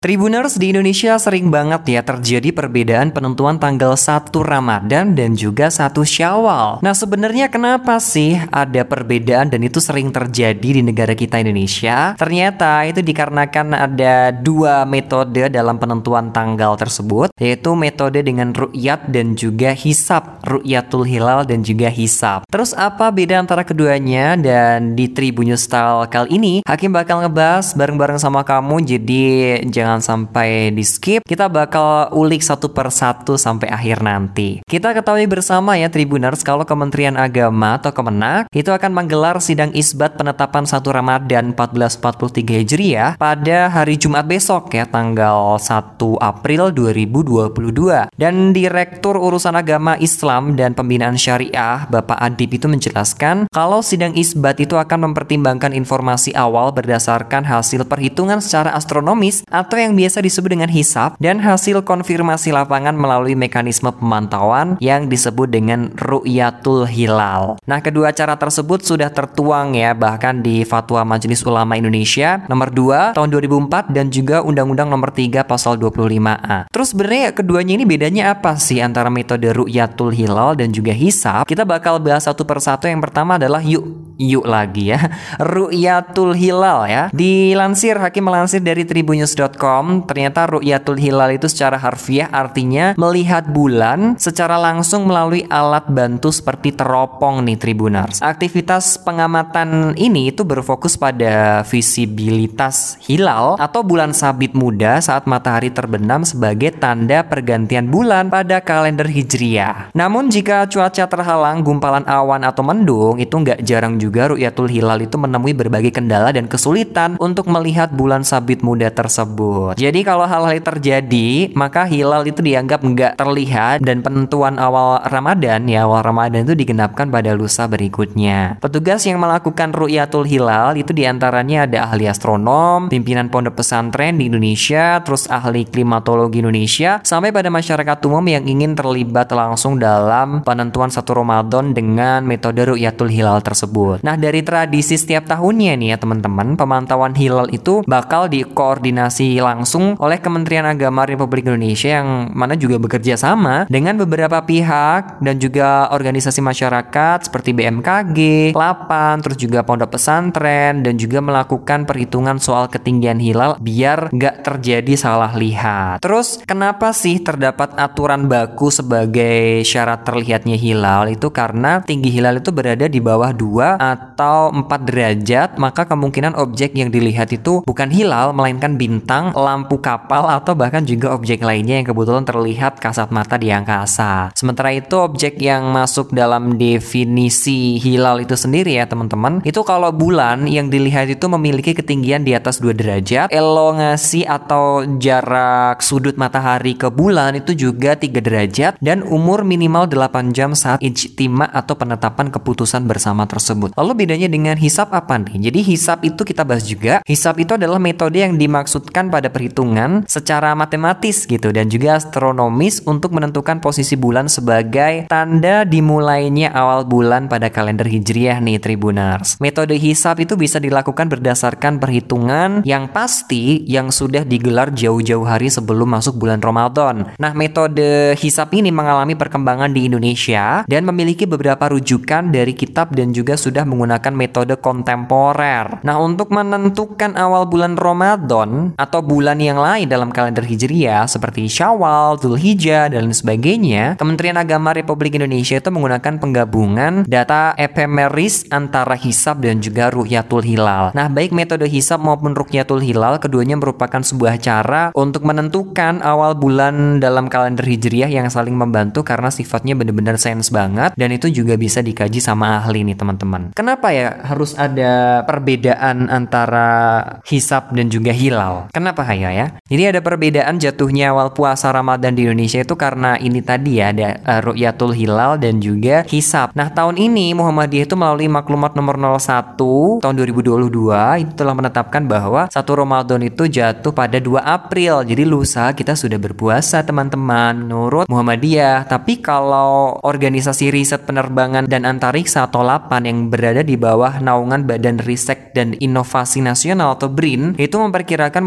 Tribuners, di Indonesia sering banget ya terjadi perbedaan penentuan tanggal 1 Ramadan dan juga 1 Syawal. Nah, sebenarnya kenapa sih ada perbedaan dan itu sering terjadi di negara kita Indonesia? Ternyata itu dikarenakan ada dua metode dalam penentuan tanggal tersebut, yaitu metode dengan ru'yat dan juga hisab, ru'yatul hilal dan juga hisab. Terus apa beda antara keduanya? Dan di Tribun News Style kali ini, Hakim bakal ngebahas bareng-bareng sama kamu, jadi jangan sampai di skip. Kita bakal ulik satu per satu sampai akhir nanti. Kita ketahui bersama ya Tribuners, kalau Kementerian Agama atau Kemenak itu akan menggelar sidang isbat penetapan 1 Ramadan 1443 Hijriah pada hari Jumat besok ya, tanggal 1 April 2022. Dan Direktur Urusan Agama Islam dan Pembinaan Syariah Bapak Adib itu menjelaskan kalau sidang isbat itu akan mempertimbangkan informasi awal berdasarkan hasil perhitungan secara astronomis atau yang biasa disebut dengan hisab dan hasil konfirmasi lapangan melalui mekanisme pemantauan yang disebut dengan ru'yatul hilal. Nah, kedua cara tersebut sudah tertuang ya bahkan di Fatwa Majelis Ulama Indonesia nomor 2 tahun 2004 dan juga Undang-Undang nomor 3 pasal 25A. Terus sebenarnya keduanya ini bedanya apa sih antara metode ru'yatul hilal dan juga hisab? Kita bakal bahas satu persatu. Yang pertama adalah yuk lagi ya, ru'yatul hilal ya. Dilansir, Hakim melansir dari tribunnews.com, ternyata ru'yatul hilal itu secara harfiah artinya melihat bulan secara langsung melalui alat bantu seperti teropong nih Tribuners. Aktivitas pengamatan ini itu berfokus pada visibilitas hilal atau bulan sabit muda saat matahari terbenam sebagai tanda pergantian bulan pada kalender Hijriah. Namun jika cuaca terhalang, gumpalan awan atau mendung, itu nggak jarang juga ru'yatul hilal itu menemui berbagai kendala dan kesulitan untuk melihat bulan sabit muda tersebut. Jadi kalau hal-hal terjadi, maka hilal itu dianggap nggak terlihat dan penentuan awal Ramadan itu digenapkan pada lusa berikutnya. Petugas yang melakukan ru'yatul hilal itu diantaranya ada ahli astronom, pimpinan pondok pesantren di Indonesia, terus ahli klimatologi Indonesia, sampai pada masyarakat umum yang ingin terlibat langsung dalam penentuan 1 Ramadan dengan metode ru'yatul hilal tersebut. Nah, dari tradisi setiap tahunnya nih ya teman-teman, pemantauan hilal itu bakal dikoordinasi langsung oleh Kementerian Agama Republik Indonesia yang mana juga bekerja sama dengan beberapa pihak dan juga organisasi masyarakat seperti BMKG, LAPAN, terus juga pondok pesantren dan juga melakukan perhitungan soal ketinggian hilal biar nggak terjadi salah lihat. Terus kenapa sih terdapat aturan baku sebagai syarat terlihatnya hilal? Itu karena tinggi hilal itu berada di bawah 2 atau 4 derajat, maka kemungkinan objek yang dilihat itu bukan hilal melainkan bintang, lampu kapal atau bahkan juga objek lainnya yang kebetulan terlihat kasat mata di angkasa. Sementara itu objek yang masuk dalam definisi hilal itu sendiri ya teman-teman, itu kalau bulan yang dilihat itu memiliki ketinggian di atas 2 derajat, elongasi atau jarak sudut matahari ke bulan itu juga 3 derajat dan umur minimal 8 jam saat ijtima atau penetapan keputusan bersama tersebut. Lalu bedanya dengan hisab apa nih? Jadi hisab itu kita bahas juga. Hisab itu adalah metode yang dimaksudkan pada perhitungan secara matematis gitu dan juga astronomis untuk menentukan posisi bulan sebagai tanda dimulainya awal bulan pada kalender Hijriah nih Tribuners. Metode hisab itu bisa dilakukan berdasarkan perhitungan yang pasti yang sudah digelar jauh-jauh hari sebelum masuk bulan Ramadan. Nah, metode hisab ini mengalami perkembangan di Indonesia dan memiliki beberapa rujukan dari kitab dan juga sudah menggunakan metode kontemporer. Nah, untuk menentukan awal bulan Ramadan atau bulan yang lain dalam kalender Hijriah seperti Syawal, Dzulhijjah dan lain sebagainya, Kementerian Agama Republik Indonesia itu menggunakan penggabungan data epemeris antara hisab dan juga ru'yatul hilal. Nah, baik metode hisab maupun ru'yatul hilal, keduanya merupakan sebuah cara untuk menentukan awal bulan dalam kalender Hijriah yang saling membantu karena sifatnya benar-benar sains banget dan itu juga bisa dikaji sama ahli nih teman-teman. Kenapa ya harus ada perbedaan antara hisab dan juga hilal? Kenapa ya? Jadi ada perbedaan jatuhnya awal puasa Ramadan di Indonesia itu karena ini tadi ya ada ru'yatul hilal dan juga hisab. Nah, tahun ini Muhammadiyah itu melalui maklumat nomor 01 tahun 2022 itu telah menetapkan bahwa 1 Ramadan itu jatuh pada 2 April. Jadi lusa kita sudah berpuasa teman-teman menurut Muhammadiyah. Tapi kalau organisasi riset penerbangan dan antariksa atau LAPAN yang berada di bawah naungan Badan Riset dan Inovasi Nasional atau BRIN itu memperkirakan munculnya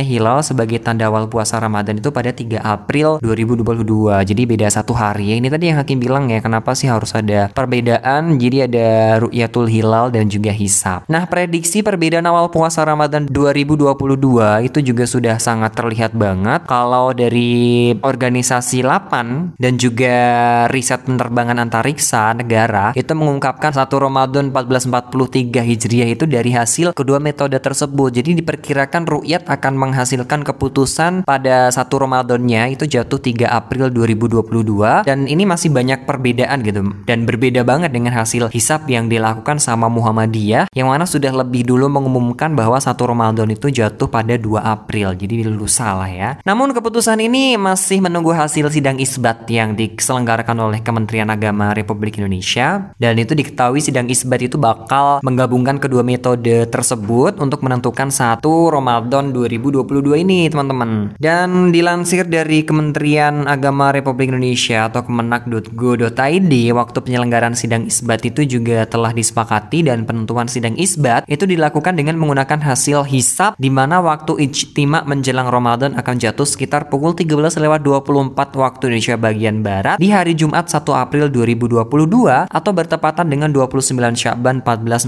munculnya hilal sebagai tanda awal puasa Ramadan itu pada 3 April 2022. Jadi beda 1 hari. Ini tadi yang Hakim bilang ya, kenapa sih harus ada perbedaan? Jadi ada ru'yatul hilal dan juga hisab. Nah, prediksi perbedaan awal puasa Ramadan 2022 itu juga sudah sangat terlihat banget. Kalau dari organisasi LAPAN dan juga riset penerbangan antariksa negara itu mengungkapkan 1 Ramadan 1443 Hijriah itu dari hasil kedua metode tersebut. Jadi diperkirakan ru'yat akan menghasilkan keputusan pada 1 Ramadannya itu jatuh 3 April 2022, dan ini masih banyak perbedaan gitu dan berbeda banget dengan hasil hisab yang dilakukan sama Muhammadiyah yang mana sudah lebih dulu mengumumkan bahwa 1 Ramadan itu jatuh pada 2 April. Jadi lusa lah ya. Namun keputusan ini masih menunggu hasil sidang isbat yang diselenggarakan oleh Kementerian Agama Republik Indonesia, dan itu diketahui sidang isbat itu bakal menggabungkan kedua metode tersebut untuk menentukan 1 Ramadan 2022 ini, teman-teman. Dan dilansir dari Kementerian Agama Republik Indonesia atau kemenak.go.id, waktu penyelenggaraan sidang isbat itu juga telah disepakati dan penentuan sidang isbat itu dilakukan dengan menggunakan hasil hisab di mana waktu ijtima menjelang Ramadan akan jatuh sekitar pukul 13.24 waktu Indonesia bagian barat di hari Jumat 1 April 2022 atau bertepatan dengan 29 Sya'ban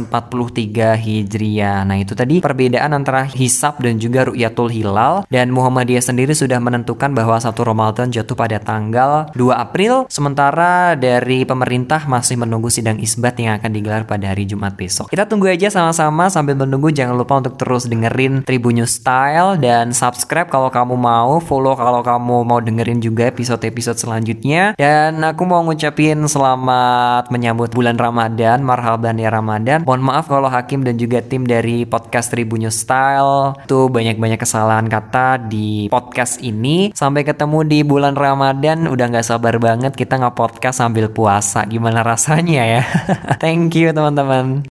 1443 Hijriah. Nah, itu tadi perbedaan antara hisab dan juga ru'yatul hilal, dan Muhammadiyah sendiri sudah menentukan bahwa 1 Ramadan jatuh pada tanggal 2 April, sementara dari pemerintah masih menunggu sidang isbat yang akan digelar pada hari Jumat besok. Kita tunggu aja sama-sama. Sambil menunggu jangan lupa untuk terus dengerin Tribun News Style dan subscribe kalau kamu mau, follow kalau kamu mau dengerin juga episode-episode selanjutnya. Dan aku mau ngucapin selamat menyambut bulan Ramadan, marhaban ya Ramadan. Mohon maaf kalau Hakim dan juga tim dari podcast Tribun News Style itu banyak-banyak kesalahan kata di podcast ini. Sampai ketemu di bulan Ramadan, udah gak sabar banget kita nge-podcast sambil puasa. Gimana rasanya ya? Thank you teman-teman.